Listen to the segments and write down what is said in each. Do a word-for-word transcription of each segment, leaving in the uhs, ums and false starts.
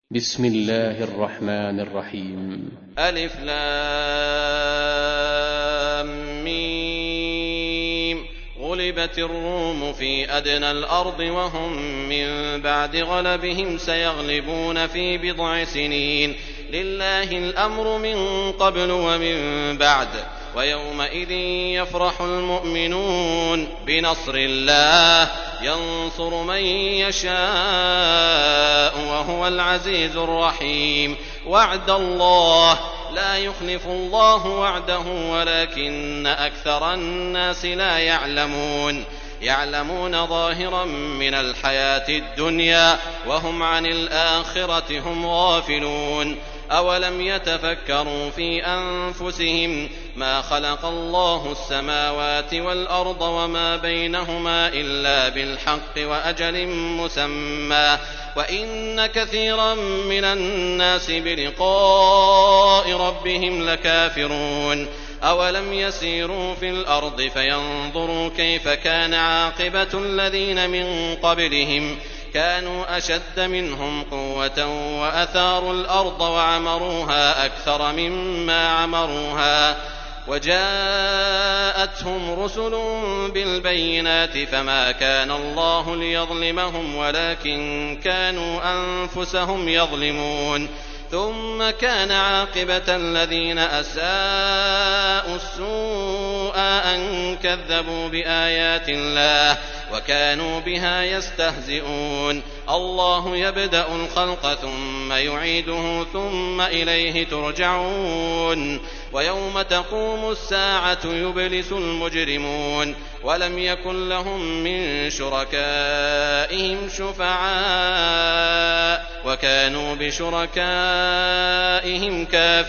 بسم الله الرحمن الرحيم. ألف لام ميم. غلبت الروم في أدنى الأرض وهم من بعد غلبهم سيغلبون في بضع سنين. لله الأمر من قبل ومن بعد. ويومئذ يفرح المؤمنون بنصر الله ينصر من يشاء وهو العزيز الرحيم. وعد الله لا يخلف الله وعده ولكن أكثر الناس لا يعلمون. يعلمون ظاهرا من الحياة الدنيا وهم عن الآخرة هم غافلون. أولم يتفكروا في أنفسهم ما خلق الله السماوات والأرض وما بينهما إلا بالحق وأجل مسمى وإن كثيرا من الناس بلقاء ربهم لكافرون. أولم يسيروا في الأرض فينظروا كيف كان عاقبة الذين من قبلهم كانوا أشد منهم قوة وأثاروا الأرض وعمروها أكثر مما عمروها وجاءتهم رسل بالبينات فما كان الله ليظلمهم ولكن كانوا أنفسهم يظلمون. ثم كان عاقبة الذين أساءوا السوء أن كذبوا بآيات الله وكانوا بها يستهزئون. الله يبدأ الخلق ثم يعيده ثم إليه ترجعون. ويوم تقوم الساعة يبلس المجرمون ولم يكن لهم من شركائهم شفعاء وكانوا بشركائهم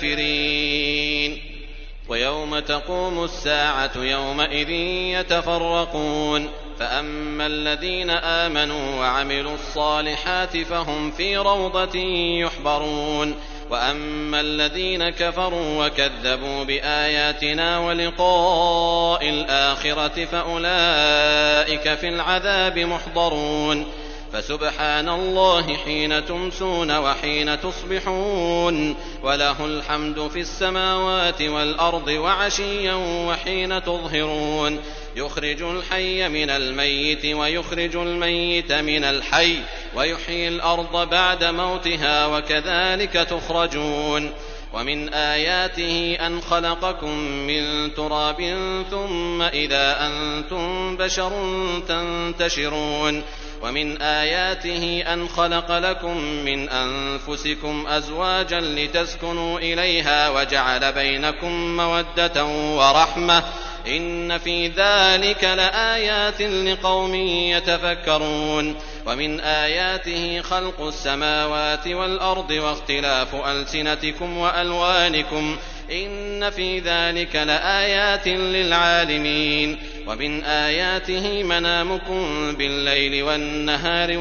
كافرين. ويوم تقوم الساعة يومئذ يتفرقون فأما الذين آمنوا وعملوا الصالحات فهم في روضة يحبرون وأما الذين كفروا وكذبوا بآياتنا ولقاء الآخرة فأولئك في العذاب محضرون. فسبحان الله حين تمسون وحين تصبحون وله الحمد في السماوات والأرض وعشيا وحين تظهرون. يخرج الحي من الميت ويخرج الميت من الحي ويحيي الأرض بعد موتها وكذلك تخرجون. ومن آياته أن خلقكم من تراب ثم إذا أنتم بشر تنتشرون. ومن آياته أن خلق لكم من أنفسكم أزواجا لتسكنوا إليها وجعل بينكم مودة ورحمة إن في ذلك لآيات لقوم يتفكرون. ومن آياته خلق السماوات والأرض واختلاف ألسنتكم وألوانكم إن في ذلك لآيات للعالمين. ومن آياته منامكم بالليل والنهار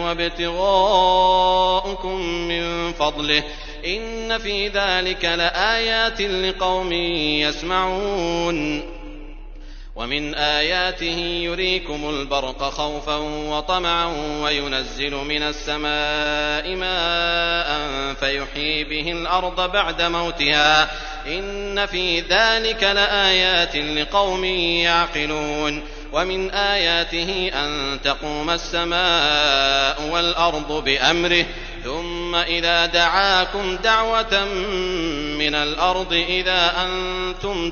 وابتغاؤكم من فضله إن في ذلك لآيات لقوم يسمعون. ومن آياته يريكم البرق خوفا وطمعا وينزل من السماء ماء فيحيي به الأرض بعد موتها إن في ذلك لآيات لقوم يعقلون. ومن آياته أن تقوم السماء والأرض بأمره ثم إذا دعاكم دعوة من الأرض إذا أنتم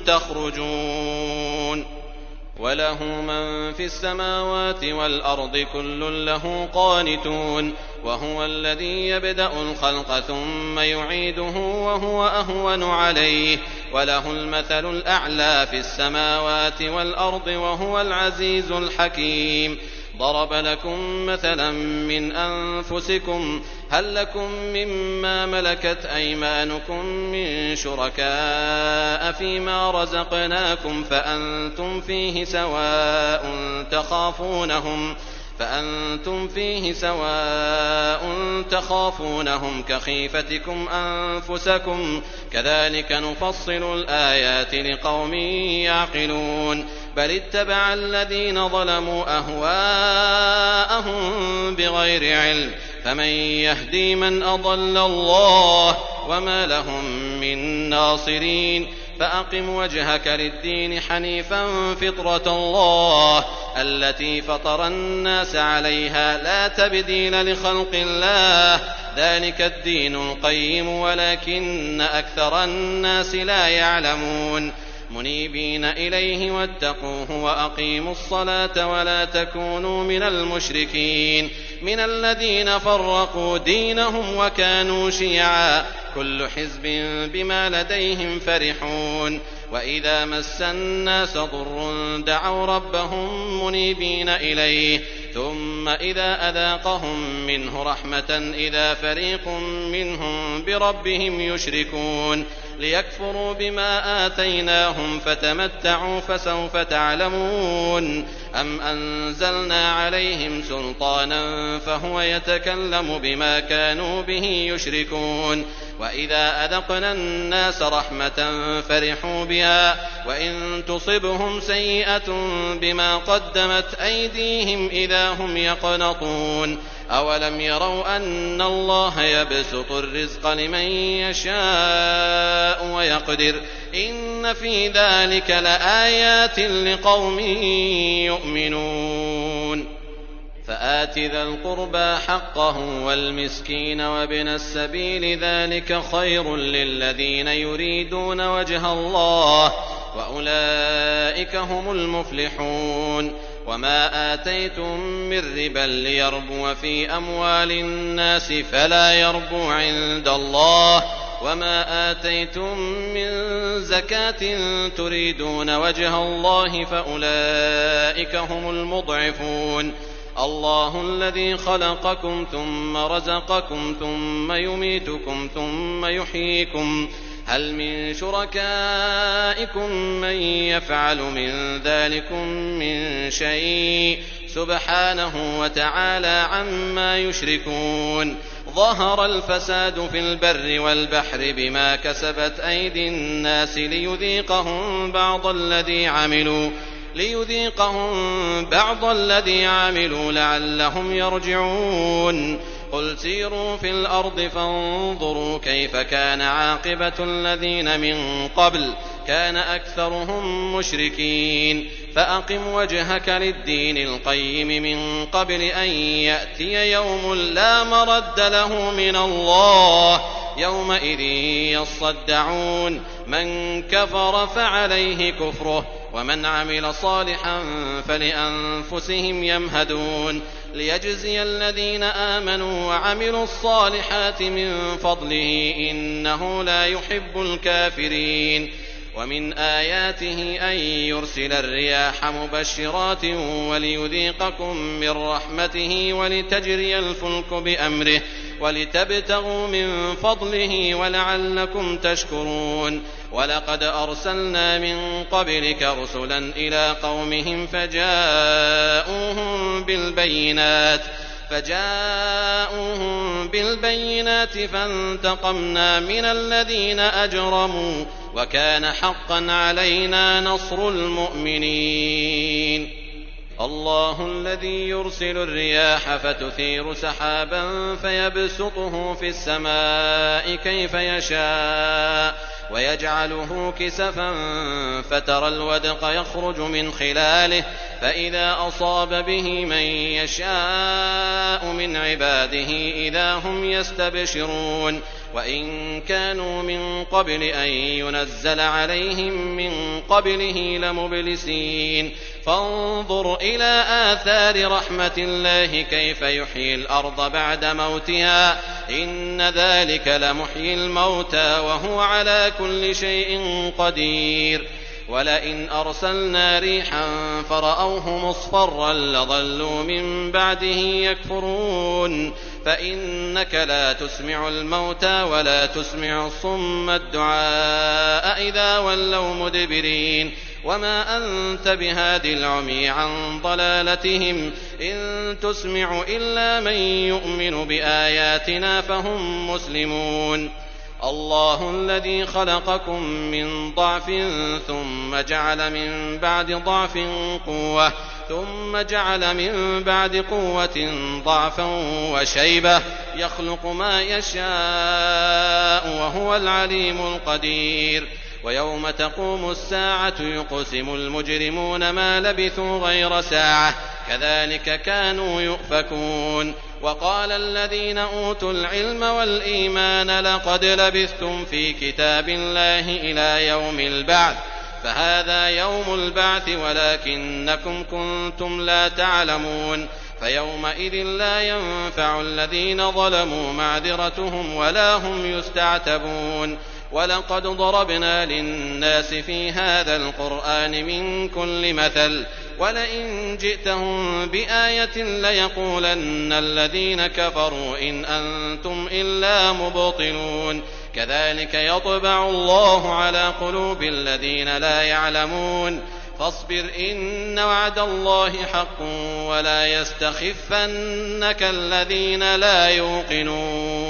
تخرجون. وله من في السماوات والأرض كل له قانتون. وهو الذي يبدأ الخلق ثم يعيده وهو أهون عليه وله المثل الأعلى في السماوات والأرض وهو العزيز الحكيم. ضرب لكم مثلا من أنفسكم هل لكم مما ملكت أيمانكم من شركاء فيما رزقناكم فأنتم فيه سواء تخافونهم فأنتم فيه سواء تخافونهم كخيفتكم أنفسكم كذلك نفصل الآيات لقوم يعقلون. بل اتبع الذين ظلموا أهواءهم بغير علم فمن يهدي من أضل الله وما لهم من ناصرين فأقم وجهك للدين حنيفا فطرة الله التي فطر الناس عليها لا تبديل لخلق الله ذلك الدين القيم ولكن أكثر الناس لا يعلمون منيبين إليه واتقوه وأقيموا الصلاة ولا تكونوا من المشركين من الذين فرقوا دينهم وكانوا شيعا كل حزب بما لديهم فرحون وإذا مس الناس ضر دعوا ربهم منيبين إليه ثم إذا أذاقهم منه رحمة إذا فريق منهم بربهم يشركون ليكفروا بما آتيناهم فتمتعوا فسوف تعلمون أم أنزلنا عليهم سلطانا فهو يتكلم بما كانوا به يشركون وإذا أذقنا الناس رحمة فرحوا بها وإن تصبهم سيئة بما قدمت أيديهم إذا هم يقنطون أولم يروا أن الله يبسط الرزق لمن يشاء ويقدر إن في ذلك لآيات لقوم يؤمنون فآت ذا القربى حقه والمسكين وابن السبيل ذلك خير للذين يريدون وجه الله وأولئك هم المفلحون وما آتيتم من ربا ليربو في أموال الناس فلا يربو عند الله وما آتيتم من زكاة تريدون وجه الله فأولئك هم المضعفون الله الذي خلقكم ثم رزقكم ثم يميتكم ثم يحييكم هل من شركائكم من يفعل من ذلكم من شيء سبحانه وتعالى عما يشركون ظهر الفساد في البر والبحر بما كسبت أيدي الناس ليذيقهم بعض الذي عملوا ليذيقهم بعض الذي عملوا لعلهم يرجعون قل سيروا في الأرض فانظروا كيف كان عاقبة الذين من قبل كان أكثرهم مشركين فأقم وجهك للدين القيم من قبل أن يأتي يوم لا مرد له من الله يومئذ يصدعون من كفر فعليه كفره ومن عمل صالحا فلأنفسهم يمهدون ليجزي الذين آمنوا وعملوا الصالحات من فضله إنه لا يحب الكافرين ومن آياته أن يرسل الرياح مبشرات وليذيقكم من رحمته ولتجري الفلك بأمره ولتبتغوا من فضله ولعلكم تشكرون ولقد أرسلنا من قبلك رسلا إلى قومهم فجاءوهم بالبينات فجاءوهم بالبينات فانتقمنا من الذين أجرموا وكان حقا علينا نصر المؤمنين الله الذي يرسل الرياح فتثير سحابا فيبسطه في السماء كيف يشاء ويجعله كسفا فترى الودق يخرج من خلاله فإذا أصاب به من يشاء من عباده إذا هم يستبشرون وإن كانوا من قبل أن ينزل عليهم من قبله لمبلسين فانظر إلى آثار رحمة الله كيف يحيي الأرض بعد موتها إن ذلك لمحيي الموتى وهو على كل شيء قدير ولئن أرسلنا ريحا فرأوه مصفرا لظلوا من بعده يكفرون فإنك لا تسمع الموتى ولا تسمع الصم الدعاء إذا ولوا مدبرين وما أنت بهاد العمي عن ضلالتهم إن تسمع إلا من يؤمن بآياتنا فهم مسلمون الله الذي خلقكم من ضعف ثم جعل من بعد ضعف قوة ثم جعل من بعد قوة ضعفا وشيبة يخلق ما يشاء وهو العليم القدير ويوم تقوم الساعة يقسم المجرمون ما لبثوا غير ساعة كذلك كانوا يؤفكون وقال الذين أوتوا العلم والإيمان لقد لبثتم في كتاب الله إلى يوم البعث فهذا يوم البعث ولكنكم كنتم لا تعلمون فيومئذ لا ينفع الذين ظلموا معذرتهم ولا هم يستعتبون ولقد ضربنا للناس في هذا القرآن من كل مثل ولئن جئتهم بآية ليقولن الذين كفروا إن أنتم إلا مبطلون كذلك يطبع الله على قلوب الذين لا يعلمون فاصبر إن وعد الله حق ولا يستخفنك الذين لا يوقنون.